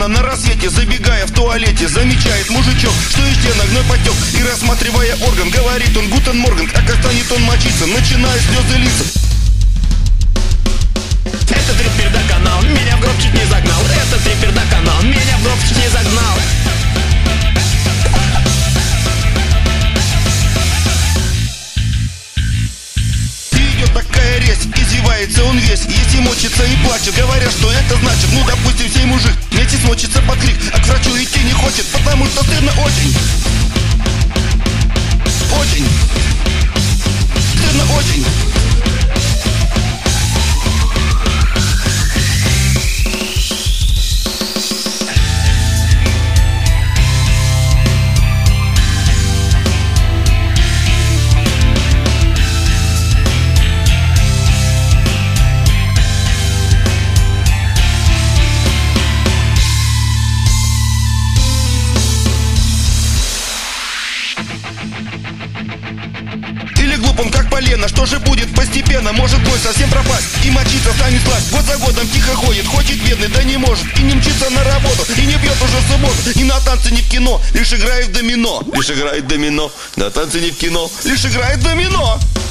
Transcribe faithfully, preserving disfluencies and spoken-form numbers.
Рано на рассвете, забегая в туалете, замечает мужичок, что из стена гной потек. И рассматривая орган, говорит он: гутен морген. А как станет он мочиться, начиная слезы литься. Этот трипер доконал, меня в гроб чуть не загнал. Этот трипер доконал, меня в гроб чуть не загнал. Такая резь, извивается он весь. Если мочится и плачет, говорят, что это значит. Ну, допустим, сей мужик вместе смочится под крик, а к врачу идти не хочет, потому что стыдно очень. Очень. Стыдно очень. Глупым как полено, что же будет постепенно? Может бой совсем пропасть и мочиться станет сласть. Год за годом тихо ходит, хочет бедный, да не может. И не мчится на работу, и не пьет уже в субботу. И на танцы не в кино, лишь играет в домино. Лишь играет в домино, на танцы не в кино, лишь играет в домино.